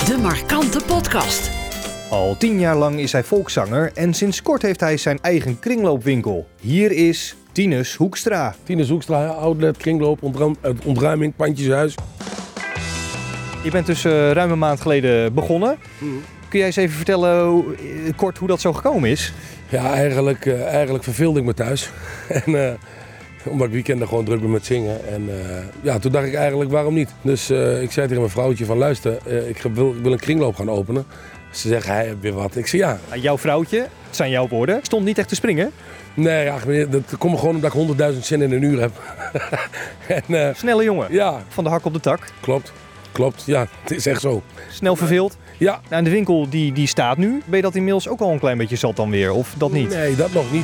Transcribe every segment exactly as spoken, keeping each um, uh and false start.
De Markante Podcast. Al tien jaar lang is hij volkszanger en sinds kort heeft hij zijn eigen kringloopwinkel. Hier is Tinus Hoekstra. Tinus Hoekstra, outlet, kringloop, ontruim, ontruiming, pandjeshuis. Je bent dus uh, ruim een maand geleden begonnen. Mm. Kun jij eens even vertellen hoe, uh, kort hoe dat zo gekomen is? Ja, eigenlijk, uh, eigenlijk verveelde ik me thuis. en, uh, omdat ik weekenden gewoon druk ben met zingen. En uh, ja, toen dacht ik eigenlijk, waarom niet? Dus uh, ik zei tegen mijn vrouwtje van, luister, uh, ik wil, ik wil een kringloop gaan openen. Ze zeggen, hij heeft weer wat. Ik zei ja. Jouw vrouwtje, het zijn jouw woorden, stond niet echt te springen? Nee, ja, dat komt gewoon omdat ik honderdduizend zin in een uur heb. en, uh, Snelle jongen, ja. Van de hak op de tak. Klopt, klopt. Ja, het is echt zo. Snel verveeld. Ja. Nou, en de winkel die, die staat nu. Ben je dat inmiddels ook al een klein beetje zat dan weer? Of dat niet? Nee, dat nog niet.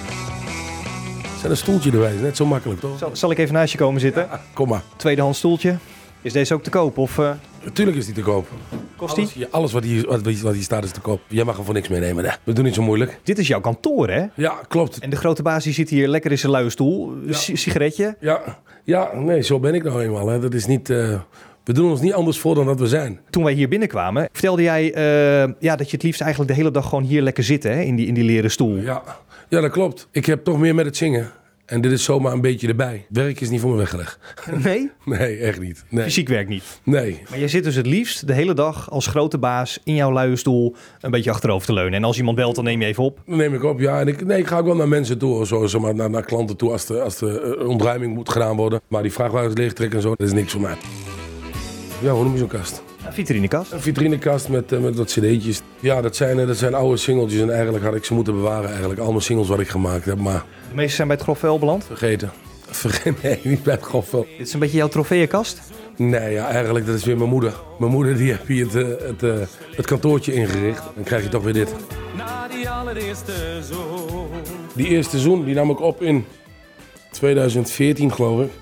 Er zit een stoeltje erbij, is net zo makkelijk toch? Zal, zal ik even naast je komen zitten? Ja, kom maar. Tweedehands stoeltje. Is deze ook te koop? Of, uh... Natuurlijk is die te koop. Kost die? Alles, ja, alles wat, hier, wat, wat hier staat is te koop. Jij mag er voor niks meenemen. Nee, we doen niet zo moeilijk. Dit is jouw kantoor, hè? Ja, klopt. En de grote baas die zit hier lekker in zijn luie stoel. Ja. S- sigaretje. Ja, ja, nee, zo ben ik nou eenmaal. Hè. Dat is niet, uh, we doen ons niet anders voor dan dat we zijn. Toen wij hier binnenkwamen, vertelde jij uh, ja, dat je het liefst eigenlijk de hele dag gewoon hier lekker zit, hè? In die, in die leren stoel. Ja. ja, dat klopt. Ik heb toch meer met het zingen. En dit is zomaar een beetje erbij. Werk is niet voor me weggelegd. Nee? Nee, echt niet. Nee. Fysiek werk niet? Nee. Maar jij zit dus het liefst de hele dag als grote baas in jouw luie stoel een beetje achterover te leunen. En als iemand belt, dan neem je even op? Dan neem ik op, ja. En ik, nee, ik ga ook wel naar mensen toe, zo, zo, maar naar, naar klanten toe als de, als de uh, ontruiming moet gedaan worden. Maar die vrachtwagens leegtrekken en zo, dat is niks voor mij. Ja, hoe noem je zo'n kast? Een vitrinekast. Een vitrinekast met, uh, met wat cd'tjes. Ja, dat zijn, uh, dat zijn oude singeltjes en eigenlijk had ik ze moeten bewaren. Eigenlijk al mijn singles wat ik gemaakt heb, maar... De meeste zijn bij het grof vuil beland? Vergeten. Vergeet, nee, niet bij het grof vuil. Dit is een beetje jouw trofeeënkast? Nee, ja, eigenlijk dat is weer mijn moeder. Mijn moeder die heeft hier het, uh, het, uh, het kantoortje ingericht. Dan krijg je toch weer dit. Na die allereerste zoen. Die eerste zoen, die nam ik op in tweeduizend veertien, geloof ik.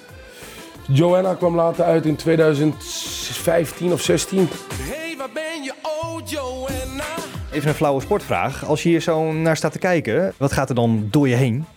Joanna kwam later uit in tweeduizend vijftien of zestien. Hey, waar ben je, oh Joanna? Even een flauwe sportvraag. Als je hier zo naar staat te kijken, wat gaat er dan door je heen?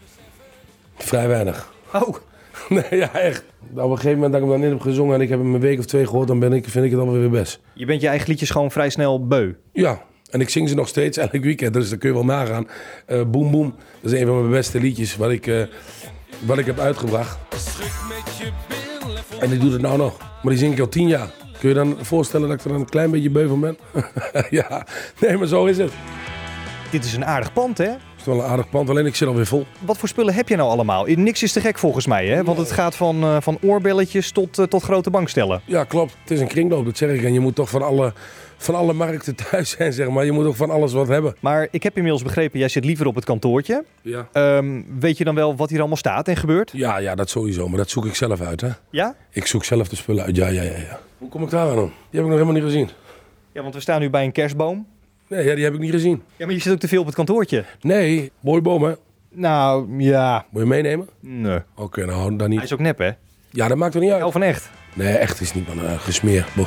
Vrij weinig. Oh, Nee, ja, echt. Nou, op een gegeven moment dat ik hem dan in heb gezongen en ik heb hem een week of twee gehoord, dan ben ik, vind ik het allemaal weer best. je bent je eigen liedjes gewoon vrij snel beu. Ja, en ik zing ze nog steeds elk weekend, dus dat kun je wel nagaan. Uh, Boom Boom, dat is een van mijn beste liedjes wat ik, uh, wat ik heb uitgebracht. Schrik met je billen voor. En ik doe het nou nog, maar die zing ik al tien jaar. Kun je dan voorstellen dat ik er een klein beetje beu van ben? Ja, nee, maar zo is het. Dit is een aardig pand, hè? Het is wel een aardig pand, alleen ik zit alweer vol. Wat voor spullen heb je nou allemaal? Niks is te gek volgens mij, hè? Want het gaat van, uh, van oorbelletjes tot, uh, tot grote bankstellen. Ja, klopt. Het is een kringloop, dat zeg ik. En je moet toch van alle, van alle markten thuis zijn, zeg maar. Je moet ook van alles wat hebben. Maar ik heb inmiddels begrepen, jij zit liever op het kantoortje. Ja. Um, weet je dan wel wat hier allemaal staat en gebeurt? Ja, ja, dat sowieso. Maar dat zoek ik zelf uit, hè. Ja? Ik zoek zelf de spullen uit. Ja, ja, ja, ja. Hoe kom ik daar aan? Die heb ik nog helemaal niet gezien. Ja, want we staan nu bij een kerstboom. Nee, ja, die heb ik niet gezien. Ja, maar je zit ook te veel op het kantoortje. Nee, mooi boom, hè. Nou, ja. Moet je meenemen? Nee. Oké, okay, nou, dan Hij niet. is ook nep, hè? Ja, dat maakt er niet uit. Wel van echt. Nee, echt is niet, man. Uh, gesmeerd. Boh.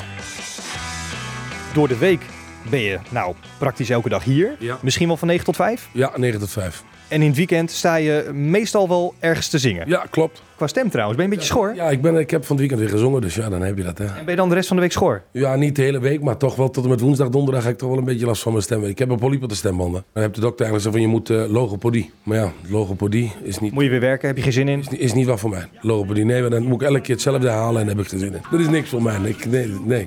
Door de week ben je, nou, praktisch elke dag hier. Ja. Misschien wel van negen tot vijf. Ja, negen tot vijf. En in het weekend sta je meestal wel ergens te zingen. Ja, klopt. Qua stem trouwens, ben je een beetje schor? Ja, ik, ben, ik heb van het weekend weer gezongen, dus ja, dan heb je dat, hè. En ben je dan de rest van de week schor? Ja, niet de hele week, maar toch wel tot en met woensdag, donderdag heb ik toch wel een beetje last van mijn stem. Ik heb een polyp op de stembanden. Dan heb de dokter eigenlijk gezegd van je moet uh, logopedie. Maar ja, logopedie is niet, Moet je weer werken? Heb je geen zin in? is, niet- is niet wat voor mij. Logopedie, nee, maar dan moet ik elke keer hetzelfde herhalen en daar heb ik geen zin in. Dat is niks voor mij. Ik, nee, nee.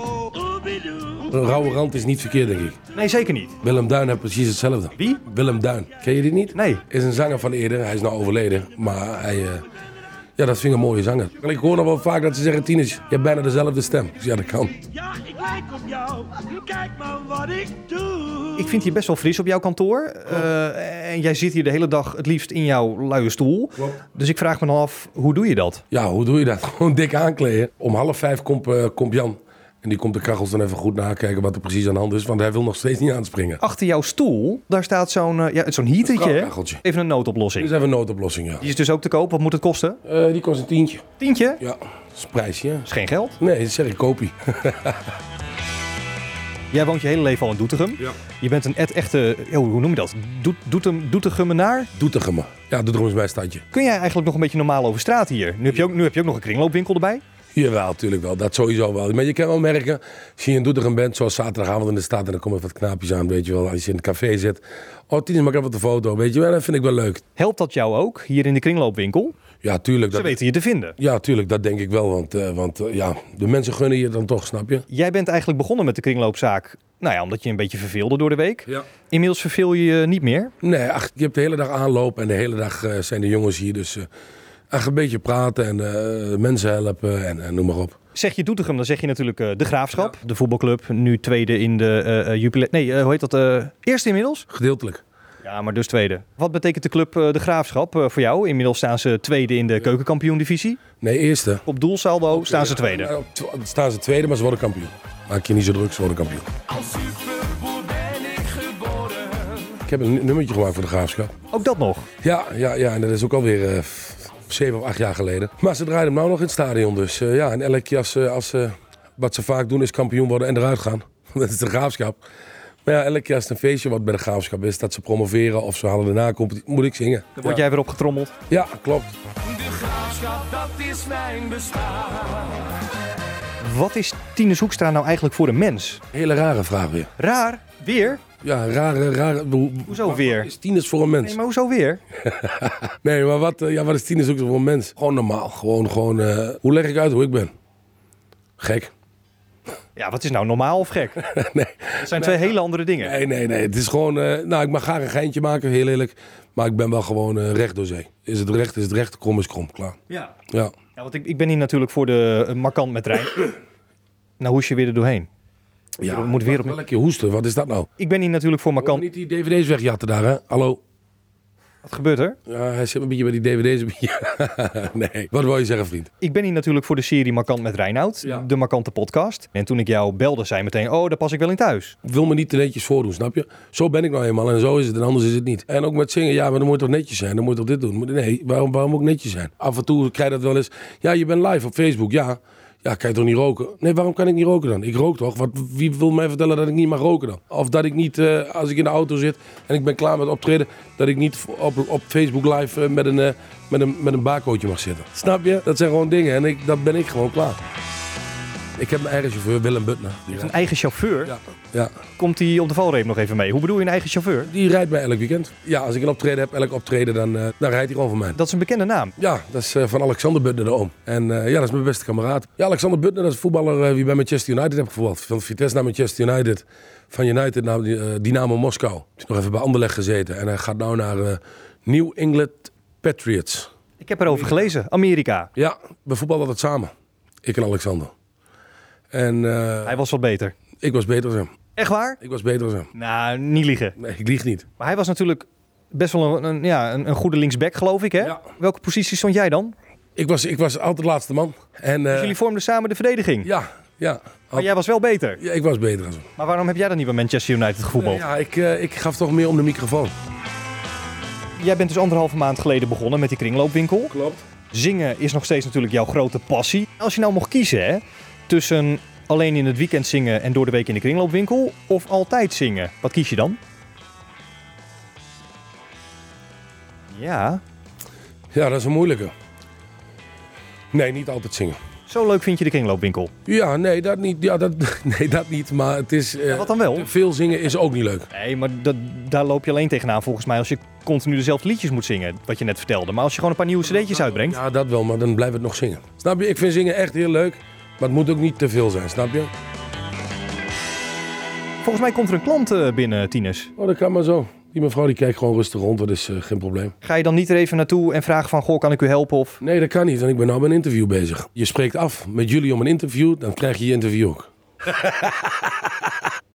Een rauwe rand is niet verkeerd, denk ik. Nee, zeker niet. Willem Duin heeft precies hetzelfde. Wie? Willem Duin. Ken je die niet? Nee. Is een zanger van eerder. Hij is nou overleden. Maar hij... Uh, ja, dat vind ik een mooie zanger. Ik hoor nog wel vaak dat ze zeggen, Tinus, je hebt bijna dezelfde stem. Dus ja, dat kan. Ja, ik lijk op jou. Kijk maar wat ik doe. Ik vind hier best wel fris op jouw kantoor. Uh, en jij zit hier de hele dag het liefst in jouw luie stoel. Klopt. Dus ik vraag me dan af, hoe doe je dat? Ja, hoe doe je dat? Gewoon dik aankleden. Om half vijf komt, uh, komt Jan. En die komt de kachels dan even goed nakijken wat er precies aan de hand is. Want hij wil nog steeds niet aanspringen. Achter jouw stoel, daar staat zo'n uh, ja, zo'n heatertje. hè? Straalkacheltje. Even een Dit noodoplossing. is even een noodoplossing, ja. Die is dus ook te koop. Wat moet het kosten? Uh, die kost een tientje. Tientje? Ja, dat is een prijsje. Hè? Dat is geen geld. Nee, dat zeg ik kopie. Jij woont je hele leven al in Doetinchem. Ja. Je bent een et echte, oh, hoe noem je dat? Doet, Doetem, Doetinchemenaar? Doetinchem. Ja, Doetinchem is mijn stadje. Kun jij eigenlijk nog een beetje normaal over straat hier? Nu heb je ook, nu heb je ook nog een kringloopwinkel erbij. Jawel, natuurlijk wel. Dat sowieso wel. Maar je kan wel merken, als je in Doetinchem bent, zoals zaterdagavond in de stad, en dan komen wat knaapjes aan, weet je wel. Als je in het café zit. Oh, Tinus, maak even de foto, weet je wel. Dat vind ik wel leuk. Helpt dat jou ook, hier in de kringloopwinkel? Ja, tuurlijk. Ze Dat, weten je te vinden. ja, tuurlijk. Dat denk ik wel. Want, uh, want uh, ja, de mensen gunnen je dan toch, snap je? Jij bent eigenlijk begonnen met de kringloopzaak, nou ja, omdat je een beetje verveelde door de week. Ja. Inmiddels verveel je je niet meer. Nee, ach, je hebt de hele dag aanloop en de hele dag uh, zijn de jongens hier. Dus uh, ach, een beetje praten en uh, mensen helpen en, en noem maar op. Zeg je Doetinchem, dan zeg je natuurlijk uh, de Graafschap. Ja. De voetbalclub, nu tweede in de uh, jubileum. Nee, uh, hoe heet dat? Uh, eerste inmiddels? Gedeeltelijk. Ja, maar dus tweede. Wat betekent de club uh, de Graafschap uh, voor jou? Inmiddels staan ze tweede in de keukenkampioen-divisie. Nee, eerste. Op doelsaldo staan ze tweede. Ja, staan ze tweede, maar ze worden kampioen. Maak je niet zo druk, ze worden kampioen. Als superboer ben ik geboren. Ik heb een nummertje gemaakt voor de Graafschap. Ook dat nog? Ja, ja, ja, en dat is ook alweer uh, zeven of acht jaar geleden. Maar ze draaien hem nou nog in het stadion. Dus uh, ja, en elke keer als, uh, als uh, wat ze vaak doen is kampioen worden en eruit gaan. Dat is de Graafschap. Maar ja, elke keer als het een feestje wat bij de Graafschap is, dat ze promoveren of ze halen de nacompetitie, moet ik zingen. Dan word ja. jij weer opgetrommeld. Ja, klopt. De Graafschap, dat is mijn bestaan. Wat is Tinus Hoekstra nou eigenlijk voor een mens? Hele rare vraag weer. Raar? Weer? Ja, rare, rare... Hoezo weer? Wat is Tinus voor een mens? Nee, maar hoezo weer? nee, maar wat, ja, wat is Tinus ook voor een mens? Gewoon normaal. Gewoon, gewoon uh, hoe leg ik uit hoe ik ben? Gek. Ja, wat is nou normaal of gek? nee. Het zijn twee nee, hele andere dingen. Nee, nee, nee. Het is gewoon... Uh, nou, ik mag graag een geintje maken, heel eerlijk. Maar ik ben wel gewoon uh, recht door zee. Is het recht, is het recht. Krom is krom. Klaar. Ja. Ja. Ja, want ik, ik ben hier natuurlijk voor de uh, markant met Rijn. Nou, hoes je weer er doorheen. Ja, je moet weer op... wel een keer hoesten. Wat is dat nou? Ik ben hier natuurlijk voor markant... Niet die D V D's wegjatten daar, hè? Hallo? Wat gebeurt er? Ja, hij zit een beetje bij die D V D's. nee, wat wil je zeggen, vriend? Ik ben hier natuurlijk voor de serie Markant met Reinoud. Ja. De markante podcast. En toen ik jou belde, zei meteen, oh, daar pas ik wel in thuis. Ik wil me niet te netjes voordoen, snap je? Zo ben ik nou eenmaal en zo is het en anders is het niet. En ook met zingen, ja, maar dan moet je toch netjes zijn? Dan moet je toch dit doen? Nee, waarom, waarom ook netjes zijn? Af en toe krijg je dat wel eens. Ja, je bent live op Facebook, ja. Ja, kan je toch niet roken? Nee, waarom kan ik niet roken dan? Ik rook toch? Wat, wie wil mij vertellen dat ik niet mag roken dan? Of dat ik niet, uh, als ik in de auto zit en ik ben klaar met optreden, dat ik niet op, op Facebook live uh, met een, uh, met een, met een barcodeje mag zitten. Snap je? Dat zijn gewoon dingen en ik, dat ben ik gewoon klaar. Ik heb mijn eigen chauffeur, Willem Butner. Je hebt een eigen chauffeur? Ja. ja. Komt hij op de valreep nog even mee? Hoe bedoel je een eigen chauffeur? Die rijdt mij elk weekend. Ja, als ik een optreden heb, elk optreden, dan, uh, dan rijdt hij gewoon voor mij. Dat is een bekende naam? Ja, dat is uh, van Alexander Butner, de oom. En uh, ja, dat is mijn beste kameraad. Ja, Alexander Butner, dat is een voetballer uh, die bij Manchester United heeft gevoetbald. Van Vitesse naar Manchester United. Van United naar uh, Dynamo Moskou. Hij heeft nog even bij Anderlecht gezeten. En hij gaat nu naar uh, New England Patriots. Ik heb erover gelezen. Amerika. Ja, we voetballen altijd samen. Ik en Alexander. En, uh, hij was wat beter. Ik was beter dan hem. Echt waar? Ik was beter dan hem. Nou, niet liegen. Nee, ik lieg niet. Maar hij was natuurlijk best wel een, een, ja, een, een goede linksback, geloof ik, hè? Ja. Welke positie stond jij dan? Ik was, ik was altijd laatste man. En, uh, dus jullie vormden samen de verdediging? Ja, ja. Maar jij was wel beter? Ja, ik was beter dan hem. Maar waarom heb jij dan niet bij Manchester United gevoetbald? Uh, ja, ik, uh, ik gaf toch meer om de microfoon. Jij bent dus anderhalve maand geleden begonnen met die kringloopwinkel. Klopt. Zingen is nog steeds natuurlijk jouw grote passie. Als je nou mocht kiezen, hè, tussen alleen in het weekend zingen en door de week in de kringloopwinkel of altijd zingen, wat kies je dan? Ja. Ja, dat is een moeilijke. Nee, niet altijd zingen. Zo leuk vind je de kringloopwinkel? Ja, nee, dat niet. Ja, dat, nee, dat niet. Maar het is... Uh, ja, wat dan wel? Veel zingen is ook niet leuk. Nee, maar dat, daar loop je alleen tegenaan volgens mij als je continu dezelfde liedjes moet zingen, wat je net vertelde. Maar als je gewoon een paar nieuwe cd'tjes uitbrengt... Ja, dat wel, maar dan blijft het nog zingen. Snap je? Ik vind zingen echt heel leuk, maar het moet ook niet te veel zijn, snap je? Volgens mij komt er een klant uh, binnen, Tinus. Oh, dat kan maar zo. Die mevrouw die kijkt gewoon rustig rond, dat is uh, geen probleem. Ga je dan niet er even naartoe en vragen van, goh, kan ik u helpen? Of... Nee, dat kan niet, want ik ben nou met een interview bezig. Je spreekt af met jullie om een interview, dan krijg je je interview ook.